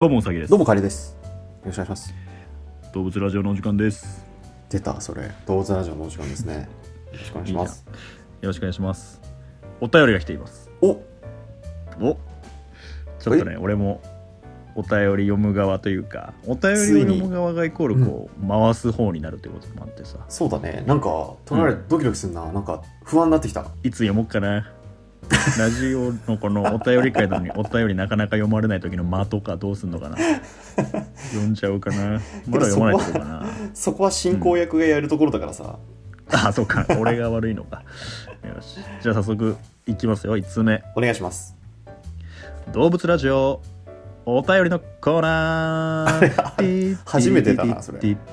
どうもうさぎです。 どうもカリです。よろしくお願いします。 動物ラジオのお時間です。 出たそれ動物ラジオのお時間ですね。よろしくお願いします。 よろしくお願いします。お便りが来ています。 おちょっとね、俺もお便り読む側というか、お便りを読む側がイコールこう、回す方になるということもあってさ。 そうだね。なんか取られドキドキするな。なんか不安になってきた。 いつ読もうかな。ラジオのこのお便り会なのにお便りなかなか読まれない時の間とかどうすんのかな。読んじゃうかな。まだ読まないとこかな。 そこは進行役がやるところだからさ。 あ、そうか。俺が悪いのか。よし。じゃあ早速いきますよ。1つ目。 お願いします。 動物ラジオお便りのコーナー。 初めてだなそれ。し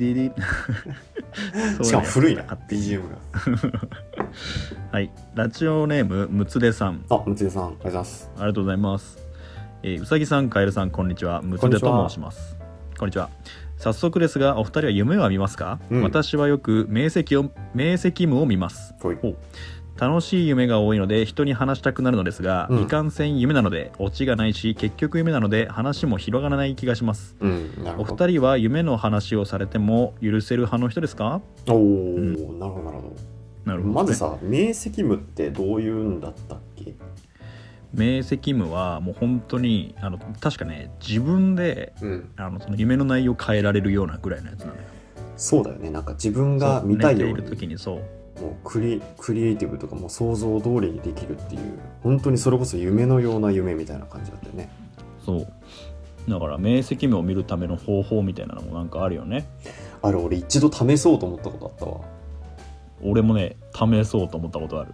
かも古いな BGM が。 はい、ラジオネームむつでさん。 むつでさん、ありがとうございます。 ありがとうございます。うさぎさん、カエルさん、こんにちは。むつでと申します。こんにちは。早速ですが、お二人は夢は見ますか？私はよく明晰夢を見ます。楽しい夢が多いので人に話したくなるのですが、いかんせん夢なのでオチがないし、結局夢なので話も広がらない気がします。お二人は夢の話をされても許せる派の人ですか？ なるほどなるほど、まずさ、明晰夢ってどういうんだったっけ？ 明晰夢はもう本当に確かね、自分で、その夢の内容を変えられるようなぐらいのやつなのよ。 そうだよね。なんか自分が見たいように寝ている時にそうもうクリエイティブとかも想像通りにできるっていう、本当にそれこそ夢のような夢みたいな感じだったよね。 そうだから明晰夢を見るための方法みたいなのもなんかあるよね。 あれ、俺一度試そうと思ったことあったわ。 俺もね、試そうと思ったことある。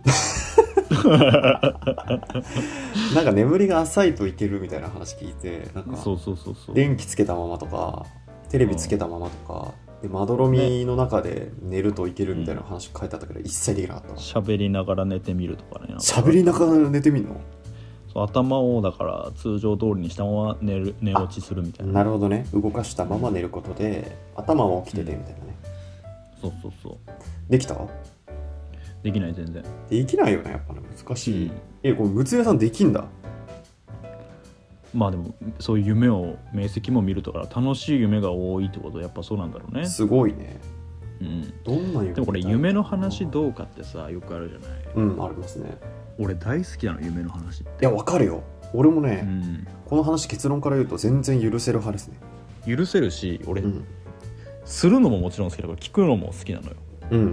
なんか眠りが浅いといけるみたいな話聞いて、なんかそう電気つけたままとかテレビつけたままとか、でまどろみの中で寝るといけるみたいな話書いてあったけど、一切できなかったわ。 喋りながら寝てみるとかね。 喋りながら寝てみるの？ そう、頭をだから通常通りにしたまま寝落ちするみたいな。 なるほどね。動かしたまま寝ることで頭は起きててみたいなね。 そうできた？ できない。全然できないよね。やっぱね、難しい。これむつやさんできんだ。 まあでもそういう夢を明晰夢を見るとか楽しい夢が多いってことはやっぱそうなんだろうね。 すごいね。どんな夢？ でもこれ夢の話どうかってさ、よくあるじゃない。 ありますね。 俺大好きなの、夢の話って。 いや、わかるよ。俺もね、この話結論から言うと全然許せる派ですね。 許せるし、俺、するのももちろん好きだから聞くのも好きなのよ。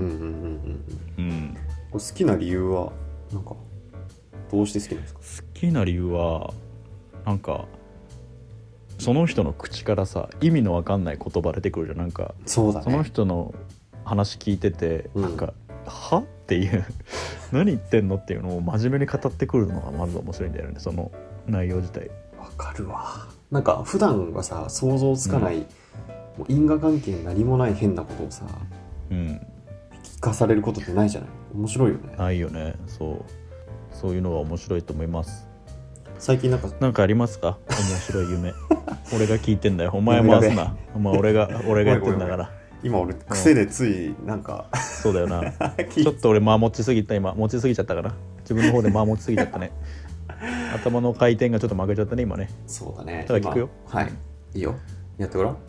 好きな理由はなんかどうして好きなんですか？ 好きな理由はなんかその人の口からさ、意味のわかんない言葉出てくるじゃん。なんかそうだね。 その人の話聞いてて、なんかはっていう何言ってんのっていうのを真面目に語ってくるのがまず面白いんだよね、その内容自体。 わかるわ。なんか普段はさ、想像つかない、もう因果関係何もない変なことをさ、聞かされることってないじゃない。面白いよね。 ないよね。そういうのが面白いと思います。 最近なんかありますか？面白い夢。俺が聞いてんだよ。お前回すな。俺がやってんだから。 今俺癖でついなんかそうだよな。ちょっと俺間持ちすぎた。今持ちすぎちゃったから、自分の方で間持ちすぎちゃったね。頭の回転がちょっと負けちゃったね今ね。 そうだね。 ただ聞くよ。 はい、いいよ、やってごらん。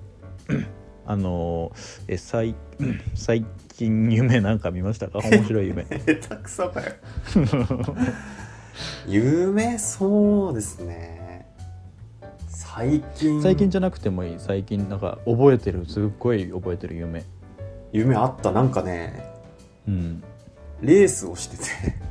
最近夢なんか見ましたか？面白い夢。 たくさんかよ。夢、そうですね。最近じゃなくてもいい。最近なんか覚えてる、すっごい覚えてる夢あった。なんかね、レースをしてて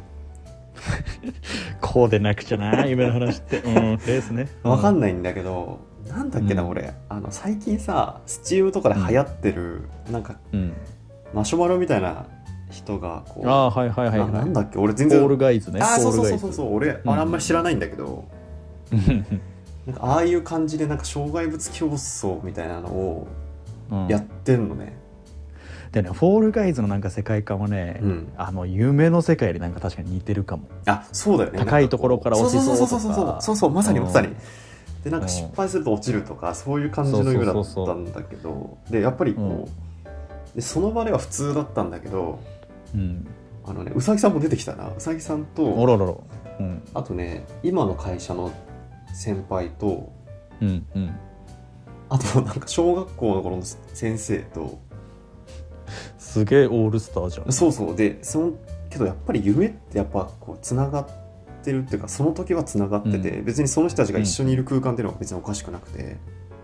こうでなくちゃな、夢の話って。レースね。 わかんないんだけど、なんだっけな、俺最近さ、スチームとかで流行ってる、なんか、マシュマロみたいな人がこう、なんだっけ、俺全然ポールガイズね。 そう俺あんまり知らないんだけど、なんかああいう感じでなんか障害物競争みたいなのをやってんのね。 でね、フォールガイズのなんか世界観はね、夢の世界よりなんか確かに似てるかも。 そうだよね。 高いところから落ちそうとか。 そうまさにで、なんか失敗すると落ちるとか、そういう感じの夢だったんだけど、でやっぱりこう、でその場では普通だったんだけど、うさぎさんも出てきたな。うさぎさんと、あとね、今の会社の先輩と、 うんうん。 あとなんか小学校の頃の先生と、 すげえオールスターじゃん。 そうそう。でけどやっぱり夢ってやっぱこうつながってるっていうか、その時はつながってて、別にその人たちが一緒にいる空間っていうのは別におかしくなくて、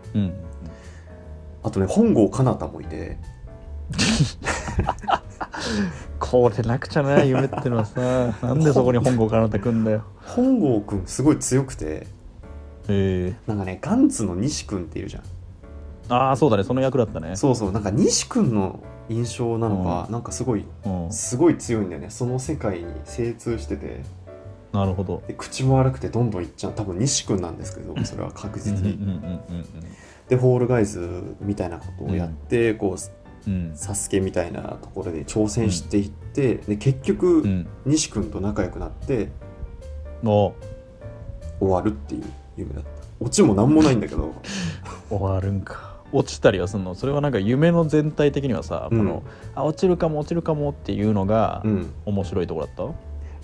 あとね、本郷奏多もいてこれなくちゃな、夢ってのはさ。なんでそこに本郷奏多くんだよ。 本郷くんすごい強くて、なんかね、ガンツの西くんっているじゃん。 ああ、そうだね、その役だったね。 そうそう。なんか西くんの印象なのか、なんかすごい強いんだよね。その世界に精通してて。 なるほど。 で口も悪くてどんどんいっちゃう。多分西くんなんですけど、それは確実に。でホールガイズみたいなことをやって、こう、サスケみたいなところで挑戦していって、で結局、西くんと仲良くなって終わるっていう夢だった。オチもなんもないんだけど終わるんか。落ちたりはするの？それはなんか夢の全体的にはさ、この落ちるかもっていうのが面白いところだった？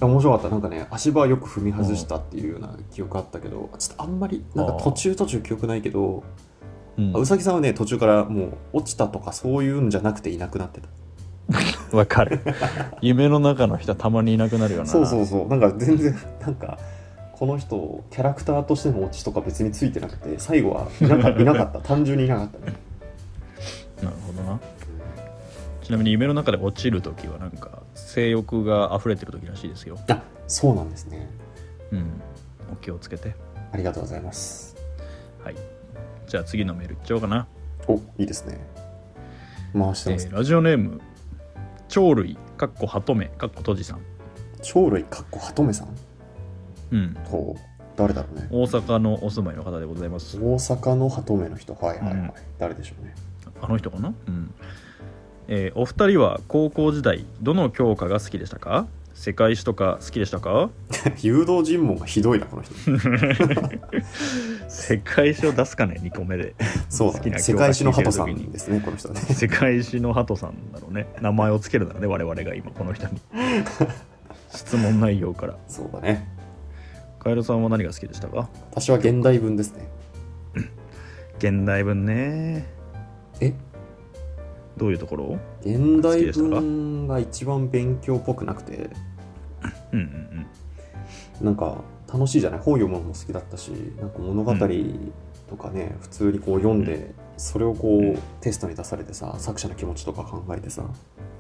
面白かった。なんかね、足場よく踏み外したっていうような記憶あったけど、ちょっとあんまりなんか途中記憶ないけど、うさぎさんはね、途中からもう落ちたとかそういうんじゃなくていなくなってた。わかる。夢の中の人はたまにいなくなるよな。 そうそうそう。なんか全然なんかこの人キャラクターとしての落ちとか別についてなくて、最後はいなかった。単純にいなかったね。 なるほどな。ちなみに夢の中で落ちるときはなんか性欲が溢れてるときらしいですよ。 あ、そうなんですね。 お気をつけて。 ありがとうございます。 はい。じゃあ次のメールいっちゃおうかな。 お、いいですね。回してます、 ラジオネーム鳥類ハトメ閉じさん。 鳥類ハトメさん。誰だろうね。 大阪のお住まいの方でございます。 大阪のハトメの人。はいはいはい。誰でしょうね。 あの人かな。お二人は高校時代どの教科が好きでしたか？世界史とか好きでしたか？ 誘導尋問がひどいなこの人。 世界史を出すかね、2個目で。 そうだね、世界史のハトさんですね、この人ね。 世界史のハトさんだろうね。名前をつけるならね、我々が今この人に。質問内容から。 そうだね。 カエルさんは何が好きでしたか？ 私は現代文ですね。 現代文ね。どういうところ？ 現代文が一番勉強っぽくなくて、なんか楽しいじゃない。本読むのも好きだったし、なんか物語とかね、普通にこう読んで、それをこうテストに出されてさ、作者の気持ちとか考えてさ。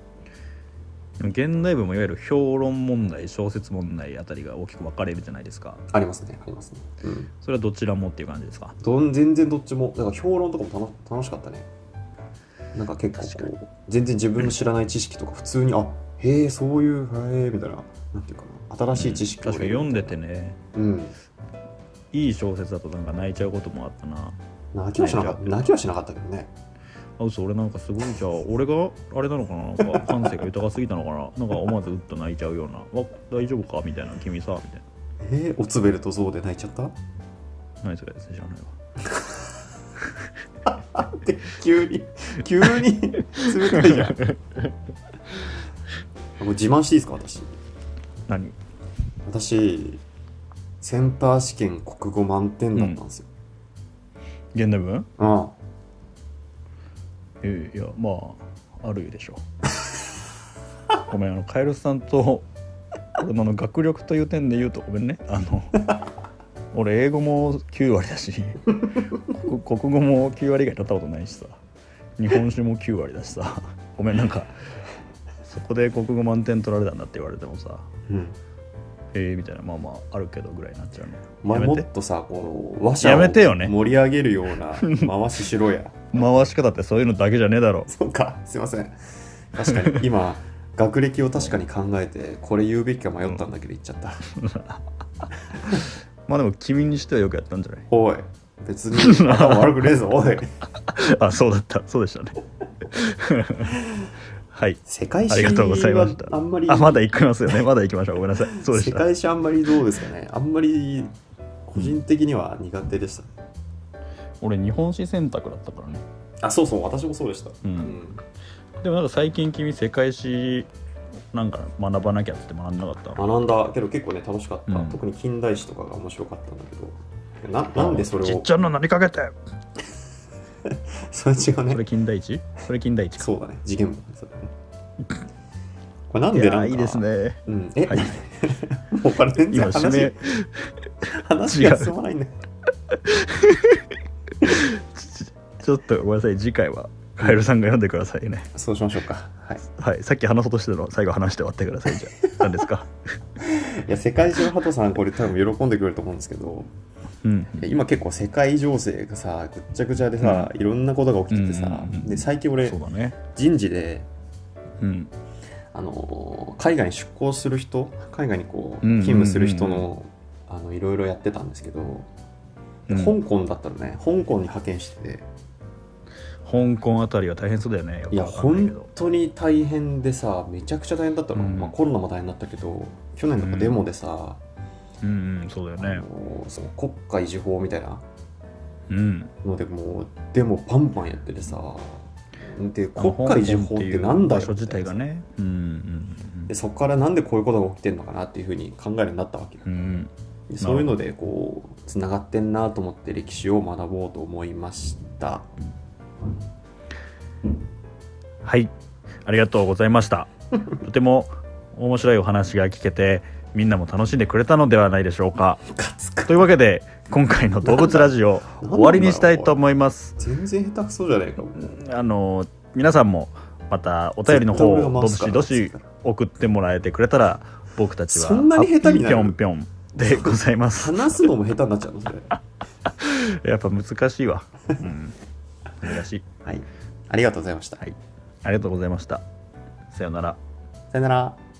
現代文もいわゆる評論問題、小説問題あたりが大きく分かれるじゃないですか。 ありますね、ありますね。 それはどちらもっていう感じですか？ 全然どっちも。だから評論とかも楽しかったね。なんか結構こう全然自分の知らない知識とか普通に、へえ、そういう、へえみたいな、なんていうかな、新しい知識を、 確かに読んでてね、いい小説だとなんか泣いちゃうこともあったな。 泣きはしなかったけどね。 嘘、俺なんかすごい、じゃあ俺があれなのかな、なんか感性が豊かすぎたのかな、なんか思わずうっと泣いちゃうような、大丈夫かみたいな、君さみたいな。 おつべるとゾウで泣いちゃった？ 何それ、知らないわ。って急に冷たいじゃん。もう自慢していいですか？私センター試験国語満点だったんですよ。 現代文？ ああ。 いや、まああるでしょ。ごめん、カエルさんと俺の学力という点で言うとごめんね。俺英語も9割だし国語も9割以外取ったことないしさ、日本史も9割だしさ、ごめん、なんかそこで国語満点取られたんだって言われてもさ、みたいな、まああるけどぐらいになっちゃうね。 もっとさ、この話者を盛り上げるような回ししろや。 回し方ってそういうのだけじゃねえだろ。 そうか、すいません。確かに今学歴を確かに考えてこれ言うべきか迷ったんだけど言っちゃった。 まあでも君にしてはよくやったんじゃない？ おい、別に頭悪くねえぞ、おい。 そうだった、そうでしたね。はい、 世界史ありがとうございました。 あんまり、 まだ行きますよね。まだ行きましょう。ごめんなさい。そうでした。 世界史あんまりどうですかね。あんまり個人的には苦手でした。 俺日本史選択だったからね。 そうそう、私もそうでした。 でもなんか最近君世界史なんか学ばなきゃって学んでなかった？ 学んだけど結構ね楽しかった、特に近代史とかが面白かったんだけど。 なんでそれをちっちゃな何かけてそれ違うね。 それ金田一か。 そうだね、次元もそれね。これなんでなんかいいですね。 はい、もうこれ全然話が進まないんだよ。 ちょっとごめんなさい、次回はカエルさんが読んでくださいね。 そうしましょうか。 はい、さっき話そうとしてたの最後話して終わってください。じゃあ何ですか？ いや、世界中のハトさんこれ多分喜んでくれると思うんですけど、今結構世界情勢がさぐっちゃぐちゃでさ、いろんなことが起きててさ、で最近俺、人事で、海外に出向する人、海外にこう勤務する人のいろいろやってたんですけど、香港だったらね、香港に派遣してて、 香港あたりは大変そうだよね。 いや本当に大変でさ、めちゃくちゃ大変だったの。コロナも大変だったけど、去年のデモでさ、 そうだよね。 その国家維持法みたいなのでもうデモバンバンやっててさ、で国家維持法ってなんだよって自体がね、 でそこからなんでこういうことが起きてるのかなっていうふうに考えるようになったわけよ。でそういうのでこうつながってんなと思って歴史を学ぼうと思いました。 はい、ありがとうございました。とても面白いお話が聞けて、みんなも楽しんでくれたのではないでしょうか。というわけで今回の動物ラジオ終わりにしたいと思います。 全然下手くそじゃないかも。 皆さんもまたお便りの方をどしどし送ってもらえてくれたら、僕たちはそんなに下手になるぴょんぴょんでございます。 話すのも下手になっちゃうのそれ。 やっぱ難しいわ。難しい。 はい、ありがとうございました。 はい、ありがとうございました。さよなら。 さよなら。